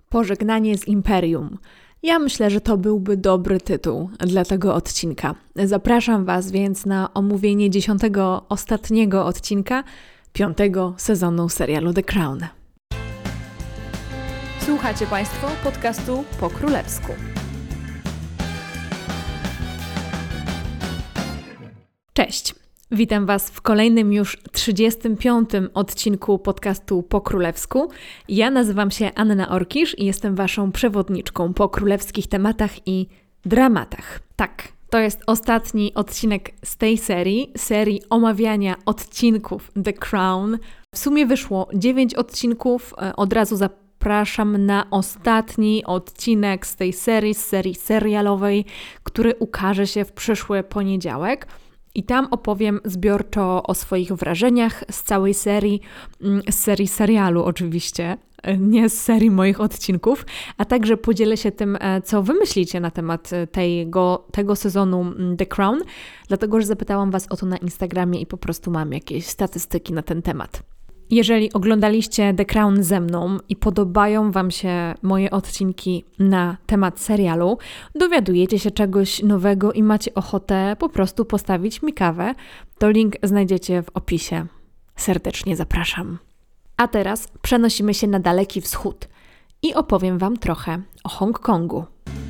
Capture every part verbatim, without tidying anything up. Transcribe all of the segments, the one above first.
Pożegnanie z Imperium. Ja myślę, że to byłby dobry tytuł dla tego odcinka. Zapraszam Was więc na omówienie dziesiątego, ostatniego odcinka piątego sezonu serialu The Crown. Słuchacie Państwo podcastu po królewsku. Cześć! Witam Was w kolejnym już trzydziestym piątym odcinku podcastu po królewsku. Ja nazywam się Anna Orkisz i jestem Waszą przewodniczką po królewskich tematach i dramatach. Tak, to jest ostatni odcinek z tej serii, serii omawiania odcinków The Crown. W sumie wyszło dziewięć odcinków, od razu zapraszam na ostatni odcinek z tej serii, z serii serialowej, który ukaże się w przyszły poniedziałek. I tam opowiem zbiorczo o swoich wrażeniach z całej serii, z serii serialu oczywiście, nie z serii moich odcinków, a także podzielę się tym, co wy myślicie na temat tego, tego sezonu The Crown, dlatego że zapytałam Was o to na Instagramie i po prostu mam jakieś statystyki na ten temat. Jeżeli oglądaliście The Crown ze mną i podobają Wam się moje odcinki na temat serialu, dowiadujecie się czegoś nowego i macie ochotę po prostu postawić mi kawę, to link znajdziecie w opisie. Serdecznie zapraszam. A teraz przenosimy się na Daleki Wschód i opowiem Wam trochę o Hongkongu.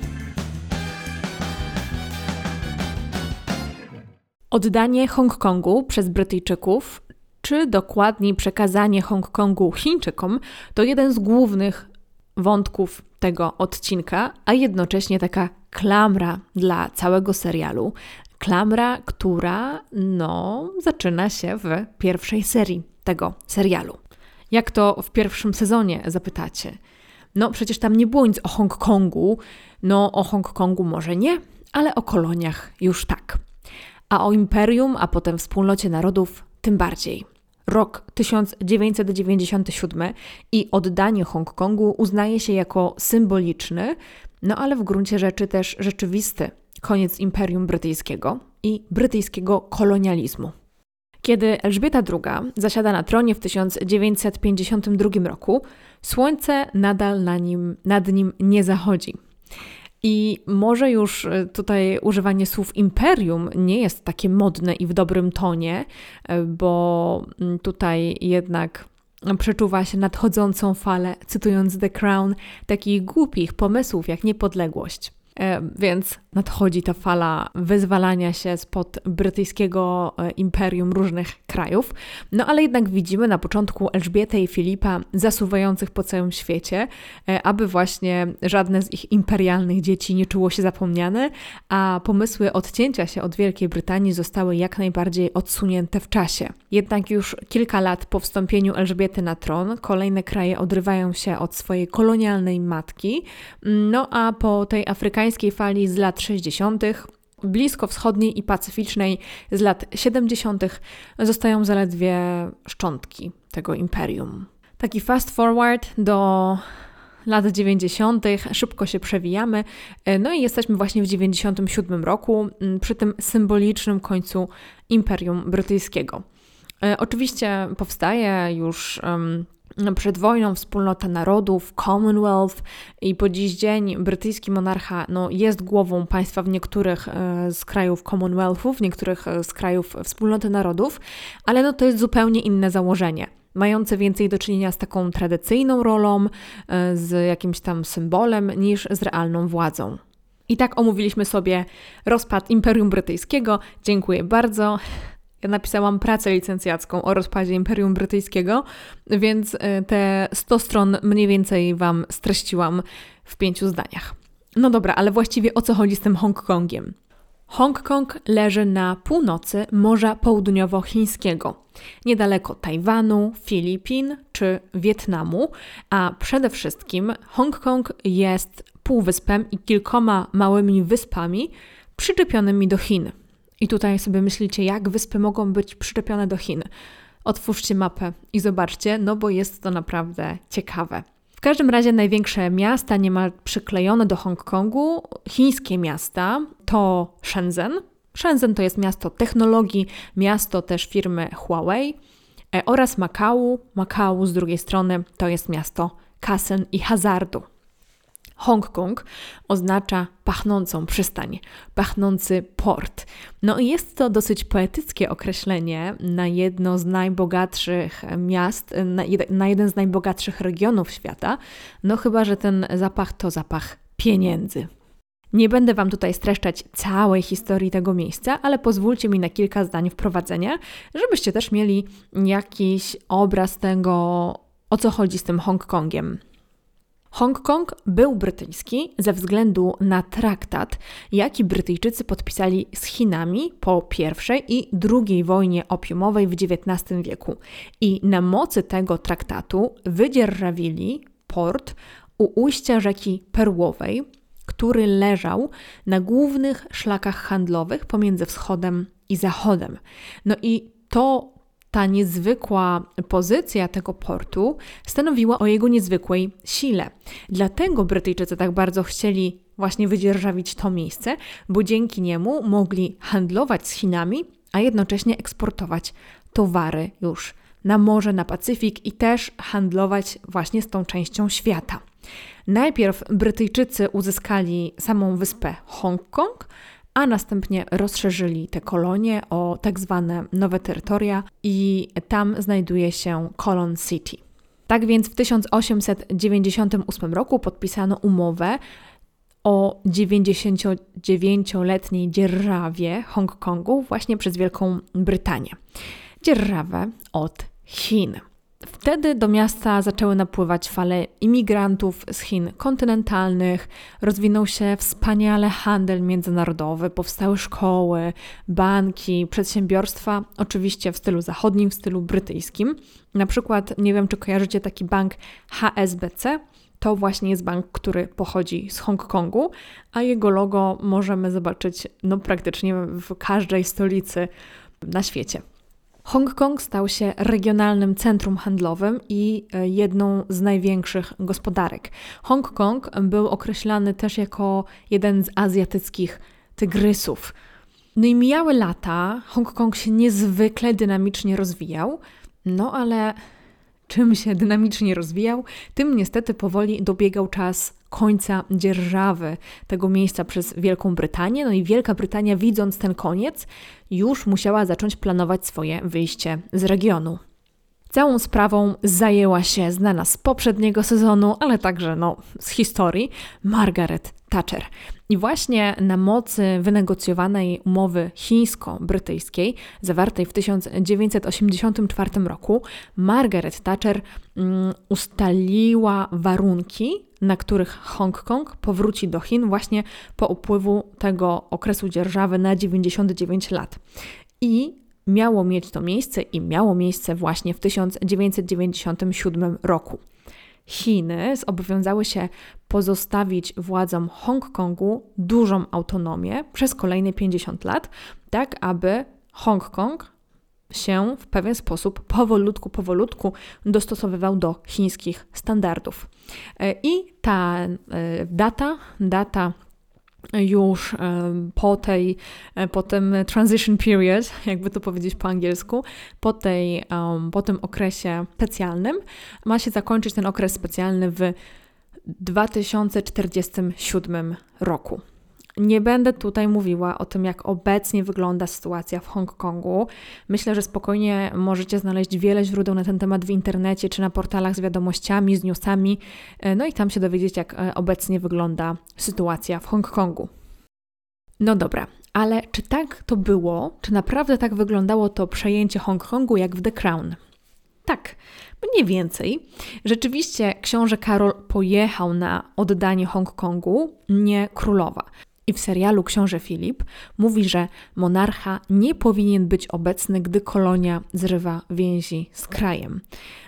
Oddanie Hongkongu przez Brytyjczyków, czy dokładniej przekazanie Hongkongu Chińczykom, to jeden z głównych wątków tego odcinka, a jednocześnie taka klamra dla całego serialu. Klamra, która no, zaczyna się w pierwszej serii tego serialu. Jak to w pierwszym sezonie, zapytacie? No przecież tam nie było nic o Hongkongu. No o Hongkongu może nie, ale o koloniach już tak. A o imperium, a potem wspólnocie narodów tym bardziej. Rok tysiąc dziewięćset dziewięćdziesiąty siódmy i oddanie Hongkongu uznaje się jako symboliczny, no ale w gruncie rzeczy też rzeczywisty koniec Imperium Brytyjskiego i brytyjskiego kolonializmu. Kiedy Elżbieta druga zasiada na tronie w tysiąc dziewięćset pięćdziesiątym drugim roku, słońce nadal na nim, nad nim nie zachodzi. I może już tutaj używanie słów imperium nie jest takie modne i w dobrym tonie, bo tutaj jednak przeczuwa się nadchodzącą falę, cytując The Crown, takich głupich pomysłów jak niepodległość. Więc nadchodzi ta fala wyzwalania się spod brytyjskiego imperium różnych krajów. No ale jednak widzimy na początku Elżbietę i Filipa zasuwających po całym świecie, aby właśnie żadne z ich imperialnych dzieci nie czuło się zapomniane, a pomysły odcięcia się od Wielkiej Brytanii zostały jak najbardziej odsunięte w czasie. Jednak już kilka lat po wstąpieniu Elżbiety na tron kolejne kraje odrywają się od swojej kolonialnej matki, no a po tej afrykańskiej fali z lat sześćdziesiątych, bliskowschodniej i pacyficznej z lat siedemdziesiątych zostają zaledwie szczątki tego imperium. Taki fast forward do lat dziewięćdziesiątych, szybko się przewijamy, no i jesteśmy właśnie w dziewięćdziesiątym siódmym roku, przy tym symbolicznym końcu Imperium Brytyjskiego. Oczywiście powstaje już um, przed wojną wspólnota narodów, Commonwealth, i po dziś dzień brytyjski monarcha no, jest głową państwa w niektórych e, z krajów Commonwealthu, w niektórych z krajów wspólnoty narodów, ale no, to jest zupełnie inne założenie, mające więcej do czynienia z taką tradycyjną rolą, e, z jakimś tam symbolem, niż z realną władzą. I tak omówiliśmy sobie rozpad Imperium Brytyjskiego. Dziękuję bardzo. Ja napisałam pracę licencjacką o rozpadzie Imperium Brytyjskiego, więc te sto stron mniej więcej Wam streściłam w pięciu zdaniach. No dobra, ale właściwie o co chodzi z tym Hongkongiem? Hongkong leży na północy Morza Południowochińskiego, niedaleko Tajwanu, Filipin czy Wietnamu, a przede wszystkim Hongkong jest półwyspem i kilkoma małymi wyspami przyczepionymi do Chin. I tutaj sobie myślicie, jak wyspy mogą być przyczepione do Chin. Otwórzcie mapę i zobaczcie, no bo jest to naprawdę ciekawe. W każdym razie największe miasta niemal przyklejone do Hongkongu, chińskie miasta, to Shenzhen. Shenzhen to jest miasto technologii, miasto też firmy Huawei oraz Makau. Makau z drugiej strony to jest miasto kasyn i hazardu. Hongkong oznacza pachnącą przystań, pachnący port. No i jest to dosyć poetyckie określenie na jedno z najbogatszych miast, na, jed- na jeden z najbogatszych regionów świata, no chyba że ten zapach to zapach pieniędzy. Nie będę Wam tutaj streszczać całej historii tego miejsca, ale pozwólcie mi na kilka zdań wprowadzenia, żebyście też mieli jakiś obraz tego, o co chodzi z tym Hongkongiem. Hongkong był brytyjski ze względu na traktat, jaki Brytyjczycy podpisali z Chinami po pierwszej i drugiej wojnie opiumowej w dziewiętnastym wieku. I na mocy tego traktatu wydzierżawili port u ujścia rzeki Perłowej, który leżał na głównych szlakach handlowych pomiędzy wschodem i zachodem. No i to ta niezwykła pozycja tego portu stanowiła o jego niezwykłej sile. Dlatego Brytyjczycy tak bardzo chcieli właśnie wydzierżawić to miejsce, bo dzięki niemu mogli handlować z Chinami, a jednocześnie eksportować towary już na morze, na Pacyfik i też handlować właśnie z tą częścią świata. Najpierw Brytyjczycy uzyskali samą wyspę Hongkong, a następnie rozszerzyli te kolonie o tak zwane nowe terytoria i tam znajduje się Kowloon City. Tak więc w tysiąc osiemset dziewięćdziesiątym ósmym roku podpisano umowę o dziewięćdziesięciodziewięcioletniej dzierżawie Hongkongu właśnie przez Wielką Brytanię. Dzierżawę od Chin. Wtedy do miasta zaczęły napływać fale imigrantów z Chin kontynentalnych, rozwinął się wspaniale handel międzynarodowy, powstały szkoły, banki, przedsiębiorstwa, oczywiście w stylu zachodnim, w stylu brytyjskim. Na przykład, nie wiem czy kojarzycie taki bank H S B C, to właśnie jest bank, który pochodzi z Hongkongu, a jego logo możemy zobaczyć no, praktycznie w każdej stolicy na świecie. Hongkong stał się regionalnym centrum handlowym i jedną z największych gospodarek. Hongkong był określany też jako jeden z azjatyckich tygrysów. No i mijały lata, Hongkong się niezwykle dynamicznie rozwijał, no ale czym się dynamicznie rozwijał, tym niestety powoli dobiegał czas końca dzierżawy tego miejsca przez Wielką Brytanię. No i Wielka Brytania, widząc ten koniec, już musiała zacząć planować swoje wyjście z regionu. Całą sprawą zajęła się znana z poprzedniego sezonu, ale także no, z historii, Margaret Thatcher. I właśnie na mocy wynegocjowanej umowy chińsko-brytyjskiej, zawartej w tysiąc dziewięćset osiemdziesiątym czwartym roku, Margaret Thatcher um, ustaliła warunki, na których Hongkong powróci do Chin właśnie po upływu tego okresu dzierżawy na dziewięćdziesiąt dziewięć lat. I miało mieć to miejsce i miało miejsce właśnie w tysiąc dziewięćset dziewięćdziesiątym siódmym roku. Chiny zobowiązały się pozostawić władzom Hongkongu dużą autonomię przez kolejne pięćdziesiąt lat, tak aby Hongkong się w pewien sposób powolutku, powolutku dostosowywał do chińskich standardów. I ta data, data już po tej, po tym transition period, jakby to powiedzieć po angielsku, po, tej, po tym okresie specjalnym, ma się zakończyć ten okres specjalny w dwa tysiące czterdziestym siódmym roku. Nie będę tutaj mówiła o tym, jak obecnie wygląda sytuacja w Hongkongu. Myślę, że spokojnie możecie znaleźć wiele źródeł na ten temat w internecie czy na portalach z wiadomościami, z newsami, no i tam się dowiedzieć, jak obecnie wygląda sytuacja w Hongkongu. No dobra, ale czy tak to było? Czy naprawdę tak wyglądało to przejęcie Hongkongu jak w The Crown? Tak, mniej więcej. Rzeczywiście książę Karol pojechał na oddanie Hongkongu, nie królowa. I w serialu Książę Filip mówi, że monarcha nie powinien być obecny, gdy kolonia zrywa więzi z krajem.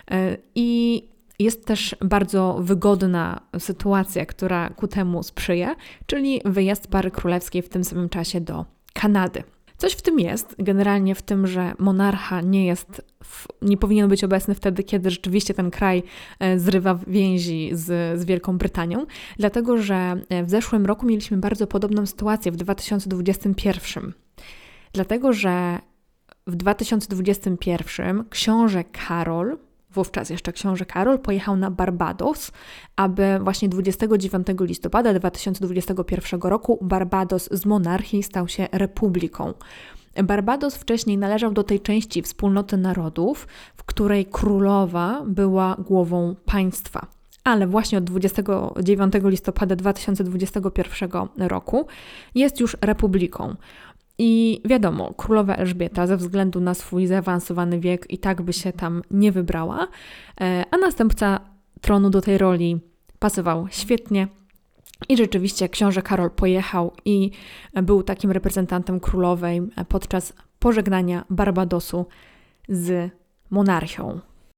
I jest też bardzo wygodna sytuacja, która ku temu sprzyja, czyli wyjazd pary królewskiej w tym samym czasie do Kanady. Coś w tym jest, generalnie w tym, że monarcha nie jest, w, nie powinien być obecny wtedy, kiedy rzeczywiście ten kraj zrywa więzi z, z Wielką Brytanią, dlatego że w zeszłym roku mieliśmy bardzo podobną sytuację w dwa tysiące dwudziestym pierwszym. Dlatego, że w dwa tysiące dwudziestym pierwszym książę Karol wówczas jeszcze książę Karol, pojechał na Barbados, aby właśnie dwudziestego dziewiątego listopada dwa tysiące dwudziestego pierwszego roku Barbados z monarchii stał się republiką. Barbados wcześniej należał do tej części wspólnoty narodów, w której królowa była głową państwa. Ale właśnie od dwudziestego dziewiątego listopada dwa tysiące dwudziestego pierwszego roku jest już republiką. I wiadomo, królowa Elżbieta ze względu na swój zaawansowany wiek i tak by się tam nie wybrała, a następca tronu do tej roli pasował świetnie. I rzeczywiście książę Karol pojechał i był takim reprezentantem królowej podczas pożegnania Barbadosu z monarchią.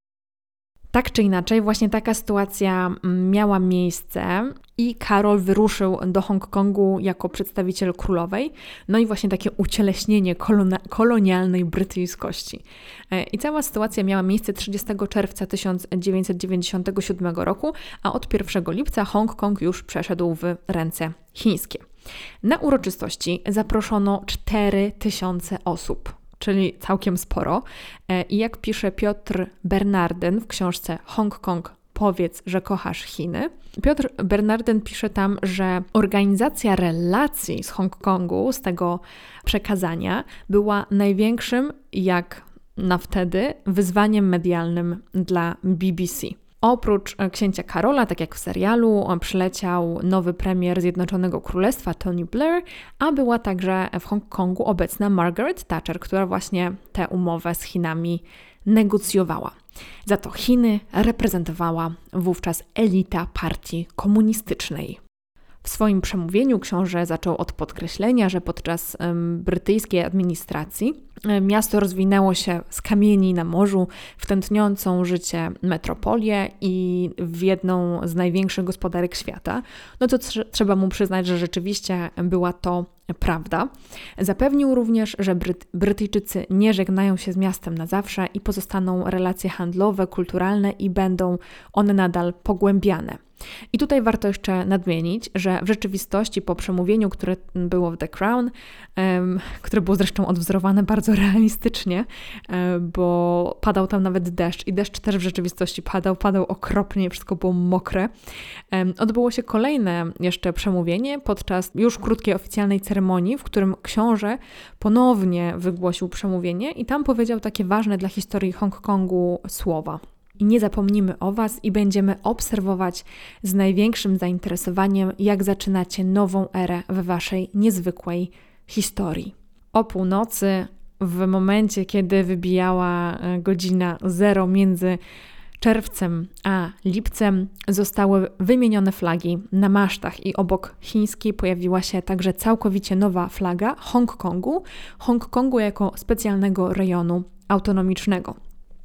Tak czy inaczej, właśnie taka sytuacja miała miejsce i Karol wyruszył do Hongkongu jako przedstawiciel królowej, no i właśnie takie ucieleśnienie kolona- kolonialnej brytyjskości. I cała sytuacja miała miejsce trzydziestego czerwca tysiąc dziewięćset dziewięćdziesiątego siódmego roku, a od pierwszego lipca Hongkong już przeszedł w ręce chińskie. Na uroczystości zaproszono cztery tysiące osób. Czyli całkiem sporo. I jak pisze Piotr Bernardyn w książce Hongkong, powiedz, że kochasz Chiny. Piotr Bernardyn pisze tam, że organizacja relacji z Hongkongu, z tego przekazania, była największym, jak na wtedy, wyzwaniem medialnym dla B B C. Oprócz księcia Karola, tak jak w serialu, przyleciał nowy premier Zjednoczonego Królestwa Tony Blair, a była także w Hongkongu obecna Margaret Thatcher, która właśnie tę umowę z Chinami negocjowała. Za to Chiny reprezentowała wówczas elita partii komunistycznej. W swoim przemówieniu książę zaczął od podkreślenia, że podczas um, brytyjskiej administracji um, miasto rozwinęło się z kamieni na morzu w tętniącą życie metropolię i w jedną z największych gospodarek świata. No to tr- trzeba mu przyznać, że rzeczywiście była to prawda. Zapewnił również, że Bryty- Brytyjczycy nie żegnają się z miastem na zawsze i pozostaną relacje handlowe, kulturalne i będą one nadal pogłębiane. I tutaj warto jeszcze nadmienić, że w rzeczywistości po przemówieniu, które było w The Crown, um, które było zresztą odwzorowane bardzo realistycznie, um, bo padał tam nawet deszcz i deszcz też w rzeczywistości padał, padał okropnie, wszystko było mokre. Um, odbyło się kolejne jeszcze przemówienie podczas już krótkiej oficjalnej ceremonii, w którym książę ponownie wygłosił przemówienie i tam powiedział takie ważne dla historii Hongkongu słowa. I nie zapomnimy o Was i będziemy obserwować z największym zainteresowaniem, jak zaczynacie nową erę w Waszej niezwykłej historii. O północy, w momencie, kiedy wybijała godzina zero między czerwcem a lipcem, zostały wymienione flagi na masztach i obok chińskiej pojawiła się także całkowicie nowa flaga Hongkongu, Hongkongu jako specjalnego rejonu autonomicznego.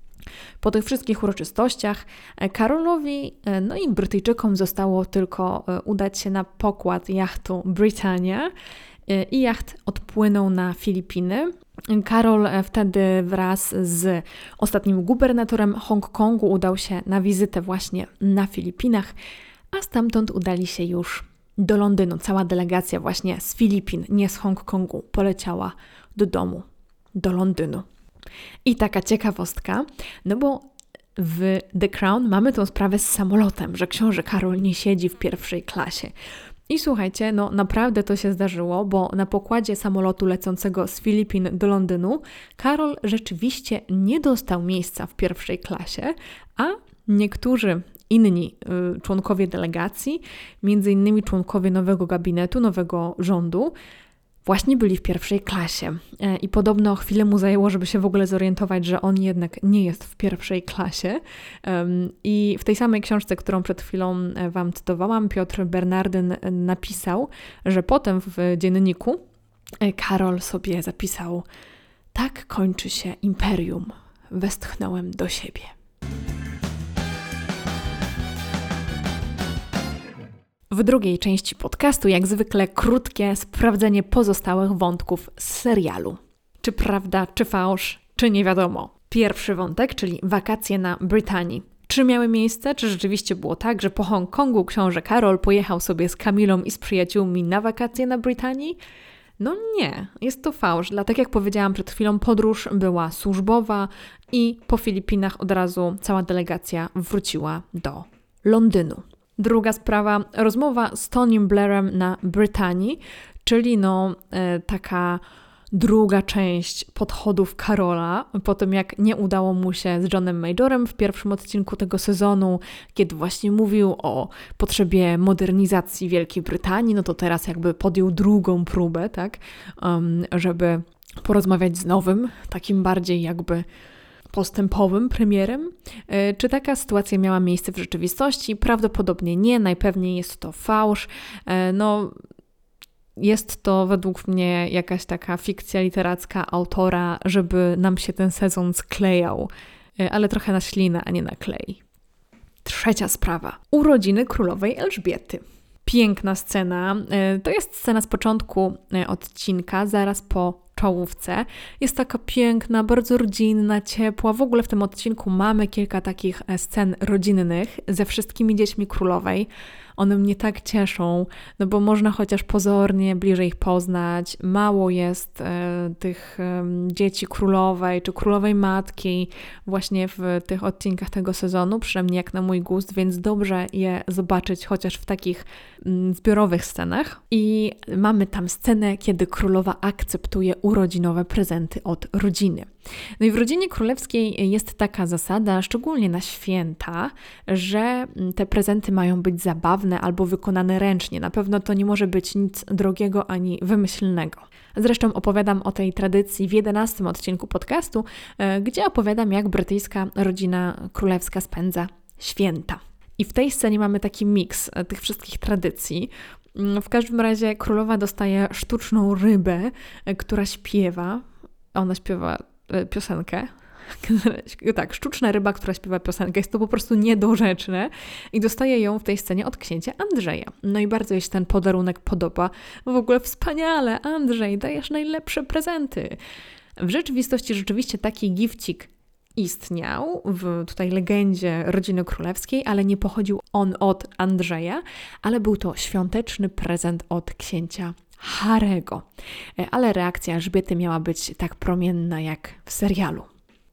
Po tych wszystkich uroczystościach Karolowi, no i Brytyjczykom zostało tylko udać się na pokład jachtu Britannia i jacht odpłynął na Filipiny. Karol wtedy wraz z ostatnim gubernatorem Hongkongu udał się na wizytę właśnie na Filipinach, a stamtąd udali się już do Londynu. Cała delegacja właśnie z Filipin, nie z Hongkongu, poleciała do domu, do Londynu. I taka ciekawostka, no bo w The Crown mamy tą sprawę z samolotem, że książę Karol nie siedzi w pierwszej klasie. I słuchajcie, no naprawdę to się zdarzyło, bo na pokładzie samolotu lecącego z Filipin do Londynu Karol rzeczywiście nie dostał miejsca w pierwszej klasie, a niektórzy inni y, członkowie delegacji, między innymi członkowie nowego gabinetu, nowego rządu, właśnie byli w pierwszej klasie i podobno chwilę mu zajęło, żeby się w ogóle zorientować, że on jednak nie jest w pierwszej klasie. I w tej samej książce, którą przed chwilą Wam cytowałam, Piotr Bernardyn napisał, że potem w dzienniku Karol sobie zapisał: tak kończy się imperium, westchnąłem do siebie. W drugiej części podcastu, jak zwykle, krótkie sprawdzenie pozostałych wątków z serialu. Czy prawda, czy fałsz, czy nie wiadomo. Pierwszy wątek, czyli wakacje na Brytanii. Czy miały miejsce? Czy rzeczywiście było tak, że po Hongkongu książę Karol pojechał sobie z Kamilą i z przyjaciółmi na wakacje na Brytanii? No nie, jest to fałsz. Dla, tak jak powiedziałam przed chwilą, podróż była służbowa i po Filipinach od razu cała delegacja wróciła do Londynu. Druga sprawa, rozmowa z Tonym Blairem na Brytanii, czyli no e, taka druga część podchodów Karola, po tym jak nie udało mu się z Johnem Majorem w pierwszym odcinku tego sezonu, kiedy właśnie mówił o potrzebie modernizacji Wielkiej Brytanii, no to teraz jakby podjął drugą próbę, tak, um, żeby porozmawiać z nowym, takim bardziej jakby postępowym premierem. Czy taka sytuacja miała miejsce w rzeczywistości? Prawdopodobnie nie, najpewniej jest to fałsz. No, jest to według mnie jakaś taka fikcja literacka autora, żeby nam się ten sezon sklejał, ale trochę na ślinę, a nie na klej. Trzecia sprawa. Urodziny królowej Elżbiety. Piękna scena. To jest scena z początku odcinka, zaraz po czołówce. Jest taka piękna, bardzo rodzinna, ciepła. W ogóle w tym odcinku mamy kilka takich scen rodzinnych ze wszystkimi dziećmi królowej. One mnie tak cieszą, no bo można chociaż pozornie bliżej ich poznać. Mało jest e, tych e, dzieci królowej czy królowej matki właśnie w tych odcinkach tego sezonu, przynajmniej jak na mój gust, więc dobrze je zobaczyć chociaż w takich m, zbiorowych scenach. I mamy tam scenę, kiedy królowa akceptuje urodzinowe prezenty od rodziny. No i w rodzinie królewskiej jest taka zasada, szczególnie na święta, że te prezenty mają być zabawne albo wykonane ręcznie. Na pewno to nie może być nic drogiego ani wymyślnego. Zresztą opowiadam o tej tradycji w jedenastym odcinku podcastu, gdzie opowiadam, jak brytyjska rodzina królewska spędza święta. I w tej scenie mamy taki miks tych wszystkich tradycji. W każdym razie królowa dostaje sztuczną rybę, która śpiewa. Ona śpiewa piosenkę. Tak, sztuczna ryba, która śpiewa piosenkę. Jest to po prostu niedorzeczne i dostaje ją w tej scenie od księcia Andrzeja. No i bardzo jej się ten podarunek podoba. W ogóle wspaniale, Andrzej, dajesz najlepsze prezenty. W rzeczywistości rzeczywiście taki gifcik istniał w tutaj legendzie rodziny królewskiej, ale nie pochodził on od Andrzeja, ale był to świąteczny prezent od księcia Harry'ego. Ale reakcja Elżbiety miała być tak promienna jak w serialu.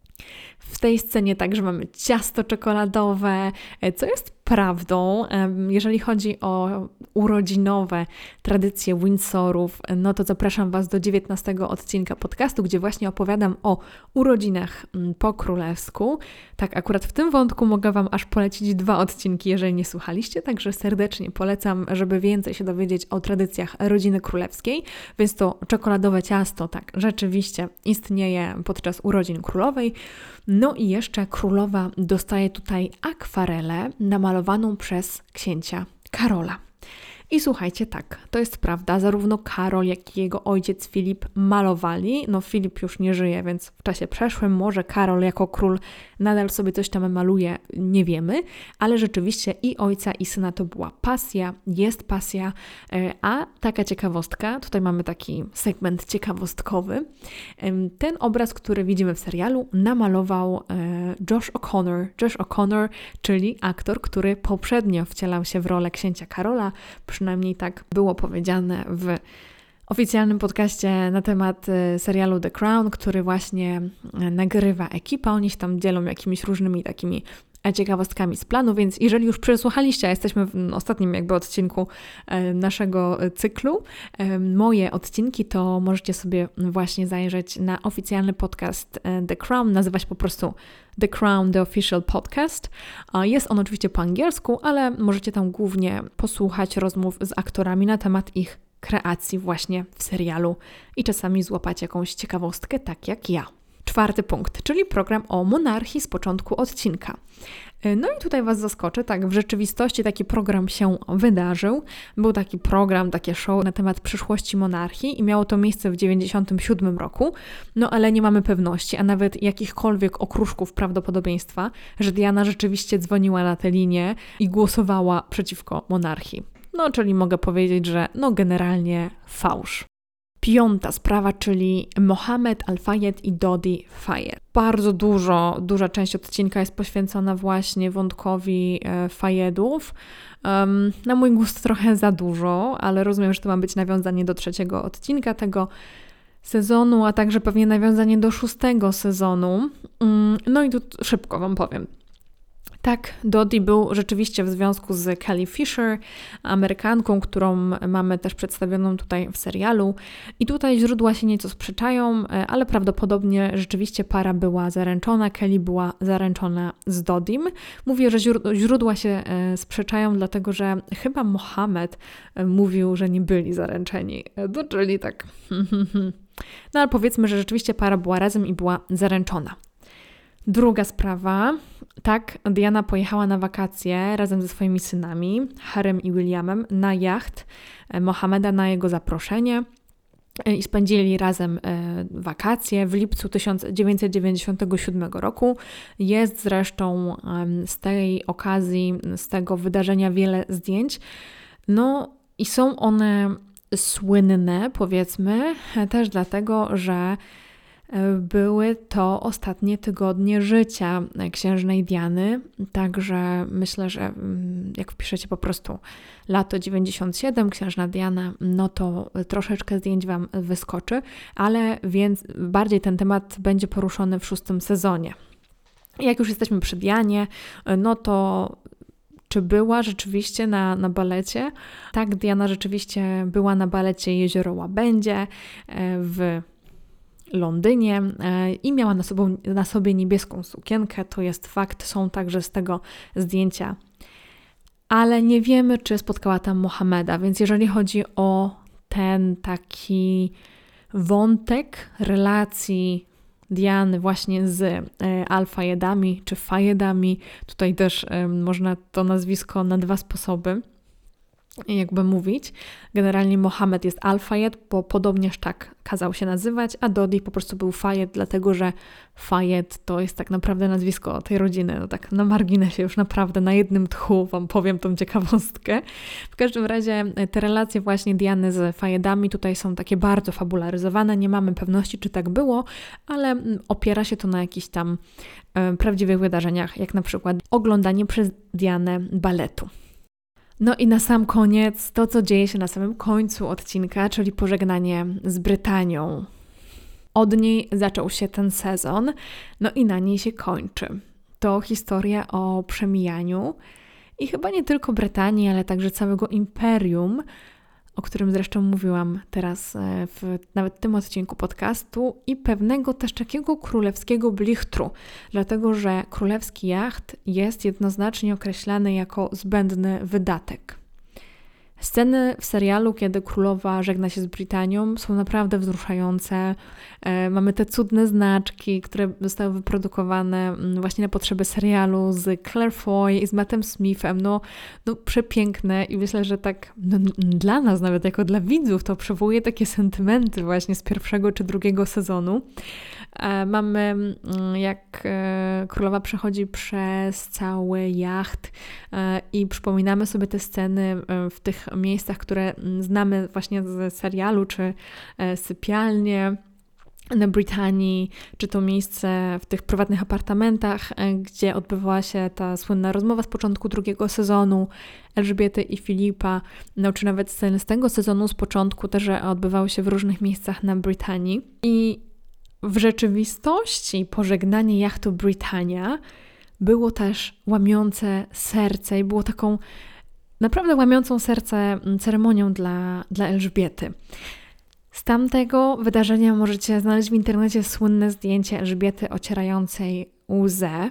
W tej scenie także mamy ciasto czekoladowe, co jest prawdą. Jeżeli chodzi o urodzinowe tradycje Windsorów, no to zapraszam Was do dziewiętnastego odcinka podcastu, gdzie właśnie opowiadam o urodzinach po królewsku. Tak, akurat w tym wątku mogę Wam aż polecić dwa odcinki, jeżeli nie słuchaliście, także serdecznie polecam, żeby więcej się dowiedzieć o tradycjach rodziny królewskiej. Więc to czekoladowe ciasto, tak, rzeczywiście istnieje podczas urodzin królowej. No i jeszcze królowa dostaje tutaj akwarelę namalowaną przez księcia Karola. I słuchajcie, tak, to jest prawda, zarówno Karol, jak i jego ojciec Filip malowali. No Filip już nie żyje, więc w czasie przeszłym może Karol jako król nadal sobie coś tam maluje, nie wiemy, ale rzeczywiście i ojca, i syna to była pasja, jest pasja, a taka ciekawostka, tutaj mamy taki segment ciekawostkowy. Ten obraz, który widzimy w serialu, namalował Josh O'Connor. Josh O'Connor, czyli aktor, który poprzednio wcielał się w rolę księcia Karola. Przynajmniej tak było powiedziane w oficjalnym podcaście na temat serialu The Crown, który właśnie nagrywa ekipa. Oni się tam dzielą jakimiś różnymi takimi ciekawostkami z planu, więc jeżeli już przesłuchaliście, a jesteśmy w ostatnim jakby odcinku naszego cyklu, moje odcinki, to możecie sobie właśnie zajrzeć na oficjalny podcast The Crown, nazywa się po prostu The Crown, The Official Podcast. Jest on oczywiście po angielsku, ale możecie tam głównie posłuchać rozmów z aktorami na temat ich kreacji właśnie w serialu i czasami złapać jakąś ciekawostkę, tak jak ja. Czwarty punkt, czyli program o monarchii z początku odcinka. No i tutaj Was zaskoczę, tak, w rzeczywistości taki program się wydarzył. Był taki program, takie show na temat przyszłości monarchii i miało to miejsce w dziewięćdziesiątym siódmym roku, no ale nie mamy pewności, a nawet jakichkolwiek okruszków prawdopodobieństwa, że Diana rzeczywiście dzwoniła na tę linię i głosowała przeciwko monarchii. No, czyli mogę powiedzieć, że no generalnie fałsz. Piąta sprawa, czyli Mohammed Al-Fayed i Dodi Fayed. Bardzo dużo, duża część odcinka jest poświęcona właśnie wątkowi e, Fayedów. Um, na mój gust trochę za dużo, ale rozumiem, że to ma być nawiązanie do trzeciego odcinka tego sezonu, a także pewnie nawiązanie do szóstego sezonu. Um, no i tu szybko Wam powiem. Tak, Dodi był rzeczywiście w związku z Kelly Fisher, Amerykanką, którą mamy też przedstawioną tutaj w serialu. I tutaj źródła się nieco sprzeczają, ale prawdopodobnie rzeczywiście para była zaręczona. Kelly była zaręczona z Dodim. Mówię, że źródła się sprzeczają, dlatego że chyba Mohammed mówił, że nie byli zaręczeni. No, czyli tak. No ale powiedzmy, że rzeczywiście para była razem i była zaręczona. Druga sprawa. Tak, Diana pojechała na wakacje razem ze swoimi synami, Harrym i Williamem, na jacht Mohammeda na jego zaproszenie i spędzili razem wakacje w lipcu tysiąc dziewięćset dziewięćdziesiątego siódmego roku. Jest zresztą z tej okazji, z tego wydarzenia wiele zdjęć. No i są one słynne, powiedzmy, też dlatego, że były to ostatnie tygodnie życia księżnej Diany, także myślę, że jak wpiszecie po prostu lato dziewięćdziesiąt siedem, księżna Diana, no to troszeczkę zdjęć Wam wyskoczy, ale więc bardziej ten temat będzie poruszony w szóstym sezonie. Jak już jesteśmy przy Dianie, no to czy była rzeczywiście na, na balecie? Tak, Diana rzeczywiście była na balecie Jezioro Łabędzie w Londynie i miała na, sobą, na sobie niebieską sukienkę, to jest fakt, są także z tego zdjęcia, ale nie wiemy, czy spotkała tam Mohameda, więc jeżeli chodzi o ten taki wątek relacji Diany właśnie z Al-Fayedami czy Fayedami, tutaj też można to nazwisko na dwa sposoby jakby mówić. Generalnie Mohammed jest Al-Fayed, bo podobnież tak kazał się nazywać, a Dodi po prostu był Fayed, dlatego że Fayed to jest tak naprawdę nazwisko tej rodziny. No tak na marginesie już naprawdę na jednym tchu Wam powiem tą ciekawostkę. W każdym razie te relacje właśnie Diany z Fayedami tutaj są takie bardzo fabularyzowane. Nie mamy pewności, czy tak było, ale opiera się to na jakichś tam e, prawdziwych wydarzeniach, jak na przykład oglądanie przez Dianę baletu. No i na sam koniec to, co dzieje się na samym końcu odcinka, czyli pożegnanie z Brytanią. Od niej zaczął się ten sezon, no i na niej się kończy. To historia o przemijaniu i chyba nie tylko Brytanii, ale także całego imperium, o którym zresztą mówiłam teraz w nawet tym odcinku podcastu, i pewnego też takiego królewskiego blichtru, dlatego że królewski jacht jest jednoznacznie określany jako zbędny wydatek. Sceny w serialu, kiedy królowa żegna się z Brytanią, są naprawdę wzruszające. E, mamy te cudne znaczki, które zostały wyprodukowane właśnie na potrzeby serialu z Claire Foy i z Mattem Smithem. No, no przepiękne i myślę, że tak no, dla nas, nawet jako dla widzów, to przywołuje takie sentymenty właśnie z pierwszego czy drugiego sezonu. E, mamy jak e, królowa przechodzi przez cały jacht e, i przypominamy sobie te sceny e, w tych miejscach, które znamy właśnie z serialu, czy e, sypialnie na Brytanii, czy to miejsce w tych prywatnych apartamentach, e, gdzie odbywała się ta słynna rozmowa z początku drugiego sezonu Elżbiety i Filipa, no, czy nawet sceny z tego sezonu z początku też odbywały się w różnych miejscach na Brytanii. I w rzeczywistości pożegnanie jachtu Brytania było też łamiące serce i było taką naprawdę łamiącą serce ceremonią dla, dla Elżbiety. Z tamtego wydarzenia możecie znaleźć w internecie słynne zdjęcie Elżbiety ocierającej łzę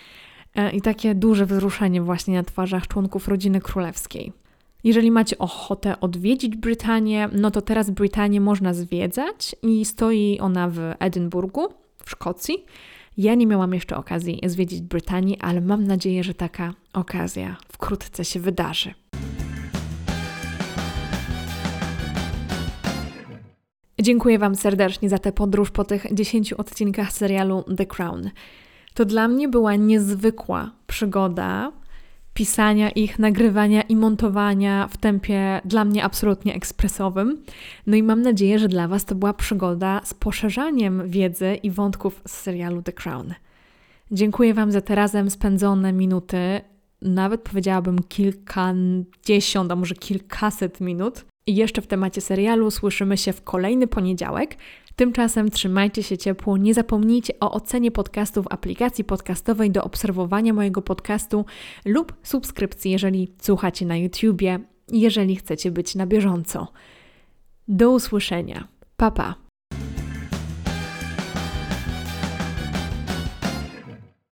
i takie duże wzruszenie właśnie na twarzach członków rodziny królewskiej. Jeżeli macie ochotę odwiedzić Brytanię, no to teraz Brytanię można zwiedzać i stoi ona w Edynburgu, w Szkocji. Ja nie miałam jeszcze okazji zwiedzić Brytanii, ale mam nadzieję, że taka okazja wkrótce się wydarzy. Dziękuję Wam serdecznie za tę podróż po tych dziesięciu odcinkach serialu The Crown. To dla mnie była niezwykła przygoda pisania ich, nagrywania i montowania w tempie dla mnie absolutnie ekspresowym. No i mam nadzieję, że dla Was to była przygoda z poszerzaniem wiedzy i wątków z serialu The Crown. Dziękuję Wam za te razem spędzone minuty, nawet powiedziałabym kilkadziesiąt, a może kilkaset minut. I jeszcze w temacie serialu słyszymy się w kolejny poniedziałek. Tymczasem trzymajcie się ciepło, nie zapomnijcie o ocenie podcastu w aplikacji podcastowej do obserwowania mojego podcastu lub subskrypcji, jeżeli słuchacie na YouTubie, jeżeli chcecie być na bieżąco. Do usłyszenia. Pa, pa.